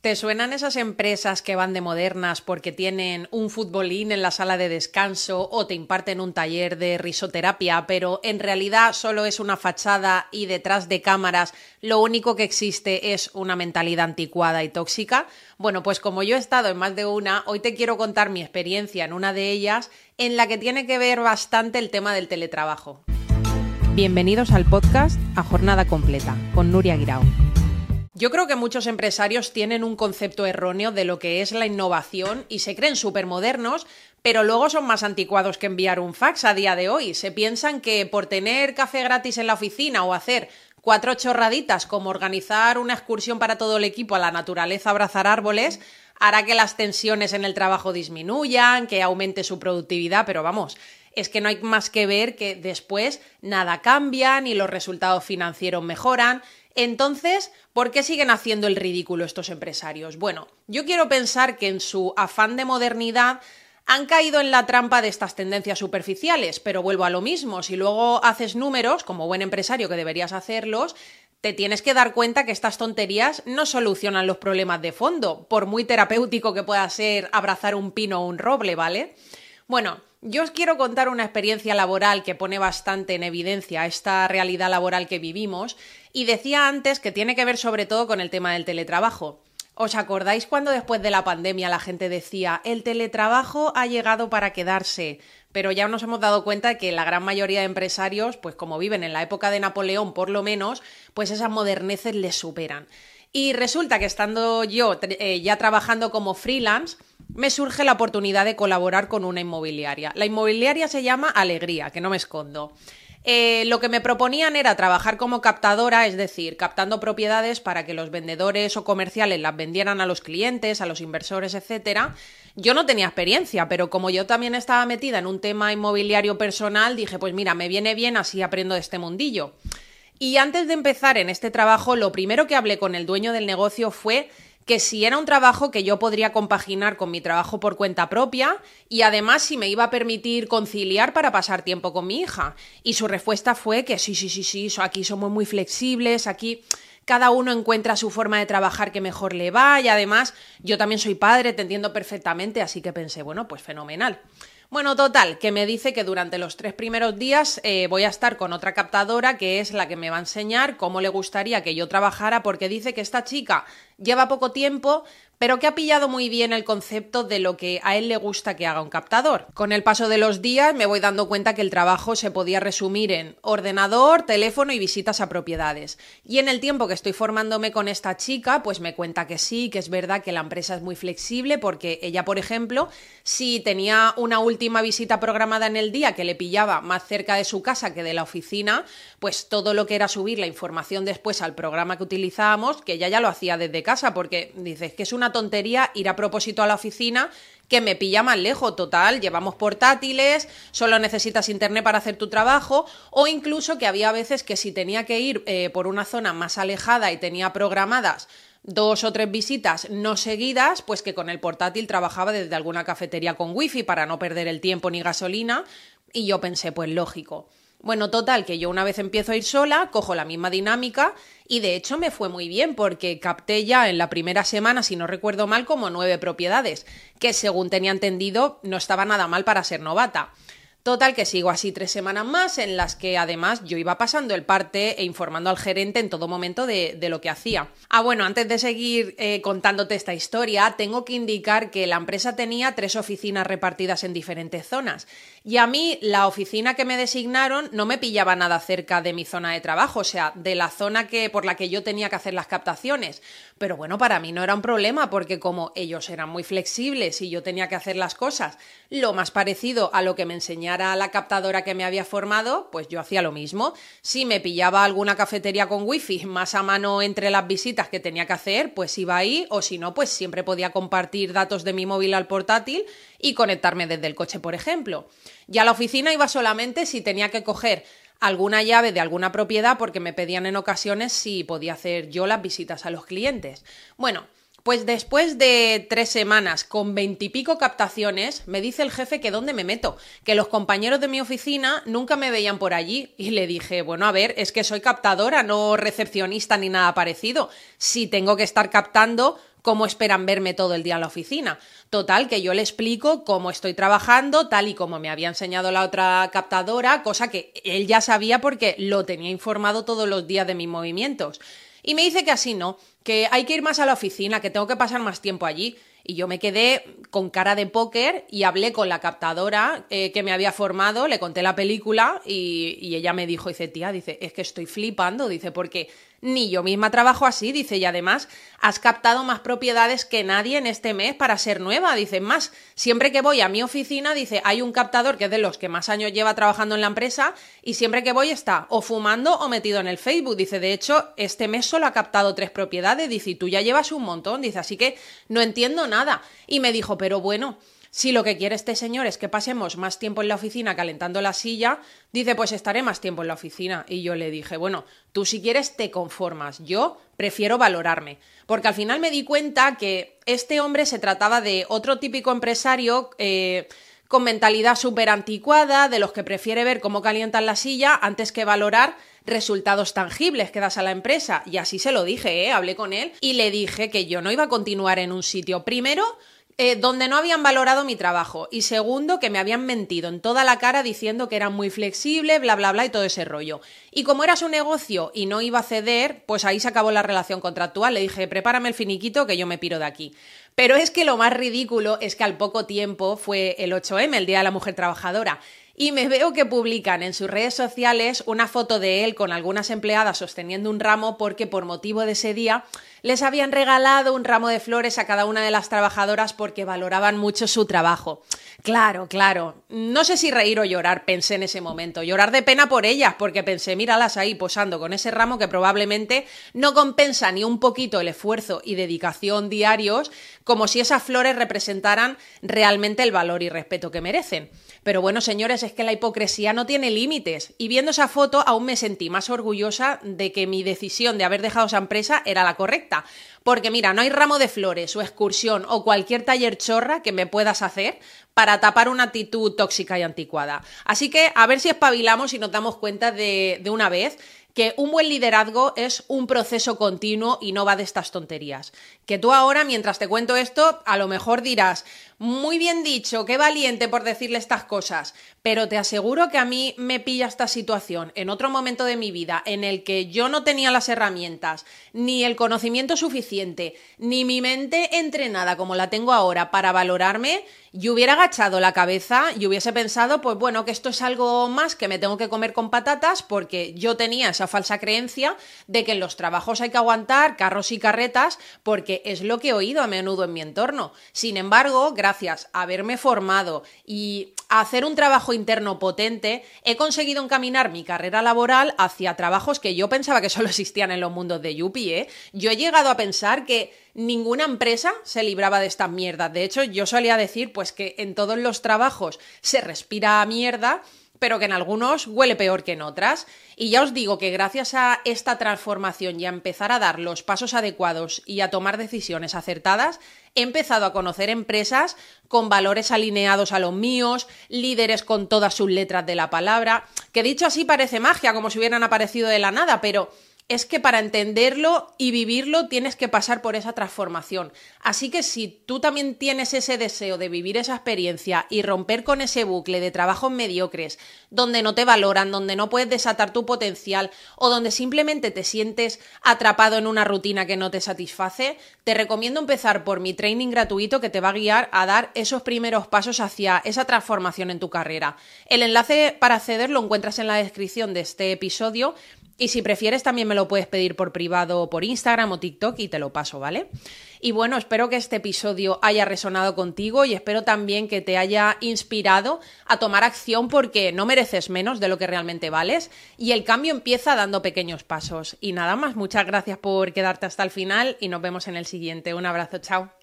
¿Te suenan esas empresas que van de modernas porque tienen un futbolín en la sala de descanso o te imparten un taller de risoterapia, pero en realidad solo es una fachada y detrás de cámaras lo único que existe es una mentalidad anticuada y tóxica? Bueno, pues como yo he estado en más de una, hoy te quiero contar mi experiencia en una de ellas en la que tiene que ver bastante el tema del teletrabajo. Bienvenidos al podcast A Jornada Completa, con Nuria Guirao. Yo creo que muchos empresarios tienen un concepto erróneo de lo que es la innovación y se creen súper modernos, pero luego son más anticuados que enviar un fax a día de hoy. Se piensan que por tener café gratis en la oficina o hacer 4 chorraditas como organizar una excursión para todo el equipo a la naturaleza, abrazar árboles, hará que las tensiones en el trabajo disminuyan, que aumente su productividad, pero vamos, es que no hay más que ver que después nada cambia ni los resultados financieros mejoran. Entonces, ¿por qué siguen haciendo el ridículo estos empresarios? Bueno, yo quiero pensar que en su afán de modernidad han caído en la trampa de estas tendencias superficiales, pero vuelvo a lo mismo, si luego haces números, como buen empresario que deberías hacerlos, te tienes que dar cuenta que estas tonterías no solucionan los problemas de fondo, por muy terapéutico que pueda ser abrazar un pino o un roble, ¿vale? Bueno, yo os quiero contar una experiencia laboral que pone bastante en evidencia esta realidad laboral que vivimos y decía antes que tiene que ver sobre todo con el tema del teletrabajo. ¿Os acordáis cuando después de la pandemia la gente decía el teletrabajo ha llegado para quedarse? Pero ya nos hemos dado cuenta de que la gran mayoría de empresarios, pues como viven en la época de Napoleón por lo menos, pues esas moderneces les superan. Y resulta que estando yo ya trabajando como freelance, me surge la oportunidad de colaborar con una inmobiliaria. La inmobiliaria se llama Alegría, que no me escondo. Lo que me proponían era trabajar como captadora, es decir, captando propiedades para que los vendedores o comerciales las vendieran a los clientes, a los inversores, etc. Yo no tenía experiencia, pero como yo también estaba metida en un tema inmobiliario personal, dije, pues mira, me viene bien, así aprendo de este mundillo. Y antes de empezar en este trabajo, lo primero que hablé con el dueño del negocio fue que si era un trabajo que yo podría compaginar con mi trabajo por cuenta propia y además si me iba a permitir conciliar para pasar tiempo con mi hija. Y su respuesta fue que sí, aquí somos muy flexibles, aquí cada uno encuentra su forma de trabajar que mejor le va y además yo también soy padre, te entiendo perfectamente, así que pensé, bueno, pues fenomenal. Bueno, total, que me dice que durante los 3 primeros días voy a estar con otra captadora que es la que me va a enseñar cómo le gustaría que yo trabajara porque dice que esta chica lleva poco tiempo, pero que ha pillado muy bien el concepto de lo que a él le gusta que haga un captador. Con el paso de los días me voy dando cuenta que el trabajo se podía resumir en ordenador, teléfono y visitas a propiedades. Y en el tiempo que estoy formándome con esta chica, pues me cuenta que sí, que es verdad que la empresa es muy flexible porque ella, por ejemplo, si tenía una última visita programada en el día que le pillaba más cerca de su casa que de la oficina, pues todo lo que era subir la información después al programa que utilizábamos, que ella ya lo hacía desde casa, porque dices que es una tontería ir a propósito a la oficina que me pilla más lejos, total, llevamos portátiles, solo necesitas internet para hacer tu trabajo, o incluso que había veces que si tenía que ir por una zona más alejada y tenía programadas 2 o 3 visitas no seguidas, pues que con el portátil trabajaba desde alguna cafetería con wifi para no perder el tiempo ni gasolina, y yo pensé, pues lógico. Bueno, total, que yo una vez empiezo a ir sola, cojo la misma dinámica y de hecho me fue muy bien porque capté ya en la primera semana, si no recuerdo mal, como 9 propiedades, que según tenía entendido no estaba nada mal para ser novata. Total, que sigo así 3 semanas más en las que además yo iba pasando el parte e informando al gerente en todo momento de lo que hacía. Bueno, antes de seguir contándote esta historia, tengo que indicar que la empresa tenía 3 oficinas repartidas en diferentes zonas y a mí la oficina que me designaron no me pillaba nada cerca de mi zona de trabajo, o sea, de la zona por la que yo tenía que hacer las captaciones. Pero bueno, para mí no era un problema porque como ellos eran muy flexibles y yo tenía que hacer las cosas lo más parecido a lo que me enseñara la captadora que me había formado, pues yo hacía lo mismo. Si me pillaba alguna cafetería con wifi más a mano entre las visitas que tenía que hacer, pues iba ahí, o si no, pues siempre podía compartir datos de mi móvil al portátil y conectarme desde el coche, por ejemplo. Y a la oficina iba solamente si tenía que coger alguna llave de alguna propiedad porque me pedían en ocasiones si podía hacer yo las visitas a los clientes. Bueno, pues después de 3 semanas con 20 y pico captaciones, me dice el jefe que dónde me meto, que los compañeros de mi oficina nunca me veían por allí. Y le dije, bueno, a ver, es que soy captadora, no recepcionista ni nada parecido. Si tengo que estar captando, ¿cómo esperan verme todo el día en la oficina? Total, que yo le explico cómo estoy trabajando, tal y como me había enseñado la otra captadora, cosa que él ya sabía porque lo tenía informado todos los días de mis movimientos. Y me dice que así no, que hay que ir más a la oficina, que tengo que pasar más tiempo allí. Y yo me quedé con cara de póker y hablé con la captadora que me había formado, le conté la película y ella me dijo, dice, tía, dice, es que estoy flipando, dice, porque ni yo misma trabajo así, dice, y además has captado más propiedades que nadie en este mes para ser nueva, dice, más, siempre que voy a mi oficina, dice, hay un captador que es de los que más años lleva trabajando en la empresa y siempre que voy está o fumando o metido en el Facebook, dice, de hecho, este mes solo ha captado 3 propiedades, dice, y tú ya llevas un montón, dice, así que no entiendo nada. Y me dijo, pero bueno, si lo que quiere este señor es que pasemos más tiempo en la oficina calentando la silla, dice, pues estaré más tiempo en la oficina. Y yo le dije, bueno, tú si quieres te conformas, yo prefiero valorarme. Porque al final me di cuenta que este hombre se trataba de otro típico empresario con mentalidad súper anticuada, de los que prefiere ver cómo calientan la silla antes que valorar resultados tangibles que das a la empresa. Y así se lo dije, hablé con él y le dije que yo no iba a continuar en un sitio, primero, donde no habían valorado mi trabajo y segundo, que me habían mentido en toda la cara diciendo que era muy flexible, bla, bla, bla y todo ese rollo. Y como era su negocio y no iba a ceder, pues ahí se acabó la relación contractual. Le dije, prepárame el finiquito que yo me piro de aquí. Pero es que lo más ridículo es que al poco tiempo fue el 8M, el Día de la Mujer Trabajadora. Y me veo que publican en sus redes sociales una foto de él con algunas empleadas sosteniendo un ramo porque por motivo de ese día les habían regalado un ramo de flores a cada una de las trabajadoras porque valoraban mucho su trabajo. Claro, claro. No sé si reír o llorar, pensé en ese momento. Llorar de pena por ellas, porque pensé, míralas ahí posando con ese ramo que probablemente no compensa ni un poquito el esfuerzo y dedicación diarios, como si esas flores representaran realmente el valor y respeto que merecen. Pero bueno, señores, es que la hipocresía no tiene límites. Y viendo esa foto aún me sentí más orgullosa de que mi decisión de haber dejado esa empresa era la correcta. Porque mira, no hay ramo de flores o excursión o cualquier taller chorra que me puedas hacer para tapar una actitud tóxica y anticuada. Así que a ver si espabilamos y nos damos cuenta de una vez que un buen liderazgo es un proceso continuo y no va de estas tonterías. Que tú ahora, mientras te cuento esto, a lo mejor dirás, muy bien dicho, qué valiente por decirle estas cosas, pero te aseguro que a mí me pilla esta situación en otro momento de mi vida en el que yo no tenía las herramientas, ni el conocimiento suficiente, ni mi mente entrenada como la tengo ahora para valorarme, y hubiera agachado la cabeza y hubiese pensado, pues bueno, que esto es algo más que me tengo que comer con patatas porque yo tenía esa falsa creencia de que en los trabajos hay que aguantar carros y carretas porque es lo que he oído a menudo en mi entorno. Sin embargo, gracias a haberme formado y a hacer un trabajo interno potente, he conseguido encaminar mi carrera laboral hacia trabajos que yo pensaba que solo existían en los mundos de Yuppie, ¿eh? Yo he llegado a pensar que ninguna empresa se libraba de estas mierdas. De hecho, yo solía decir pues que en todos los trabajos se respira mierda, pero que en algunos huele peor que en otras. Y ya os digo que gracias a esta transformación y a empezar a dar los pasos adecuados y a tomar decisiones acertadas, he empezado a conocer empresas con valores alineados a los míos, líderes con todas sus letras de la palabra, que dicho así parece magia, como si hubieran aparecido de la nada, pero es que para entenderlo y vivirlo tienes que pasar por esa transformación. Así que si tú también tienes ese deseo de vivir esa experiencia y romper con ese bucle de trabajos mediocres, donde no te valoran, donde no puedes desatar tu potencial o donde simplemente te sientes atrapado en una rutina que no te satisface, te recomiendo empezar por mi training gratuito que te va a guiar a dar esos primeros pasos hacia esa transformación en tu carrera. El enlace para acceder lo encuentras en la descripción de este episodio. Y si prefieres también me lo puedes pedir por privado por Instagram o TikTok y te lo paso, ¿vale? Y bueno, espero que este episodio haya resonado contigo y espero también que te haya inspirado a tomar acción porque no mereces menos de lo que realmente vales y el cambio empieza dando pequeños pasos. Y nada más, muchas gracias por quedarte hasta el final y nos vemos en el siguiente. Un abrazo, chao.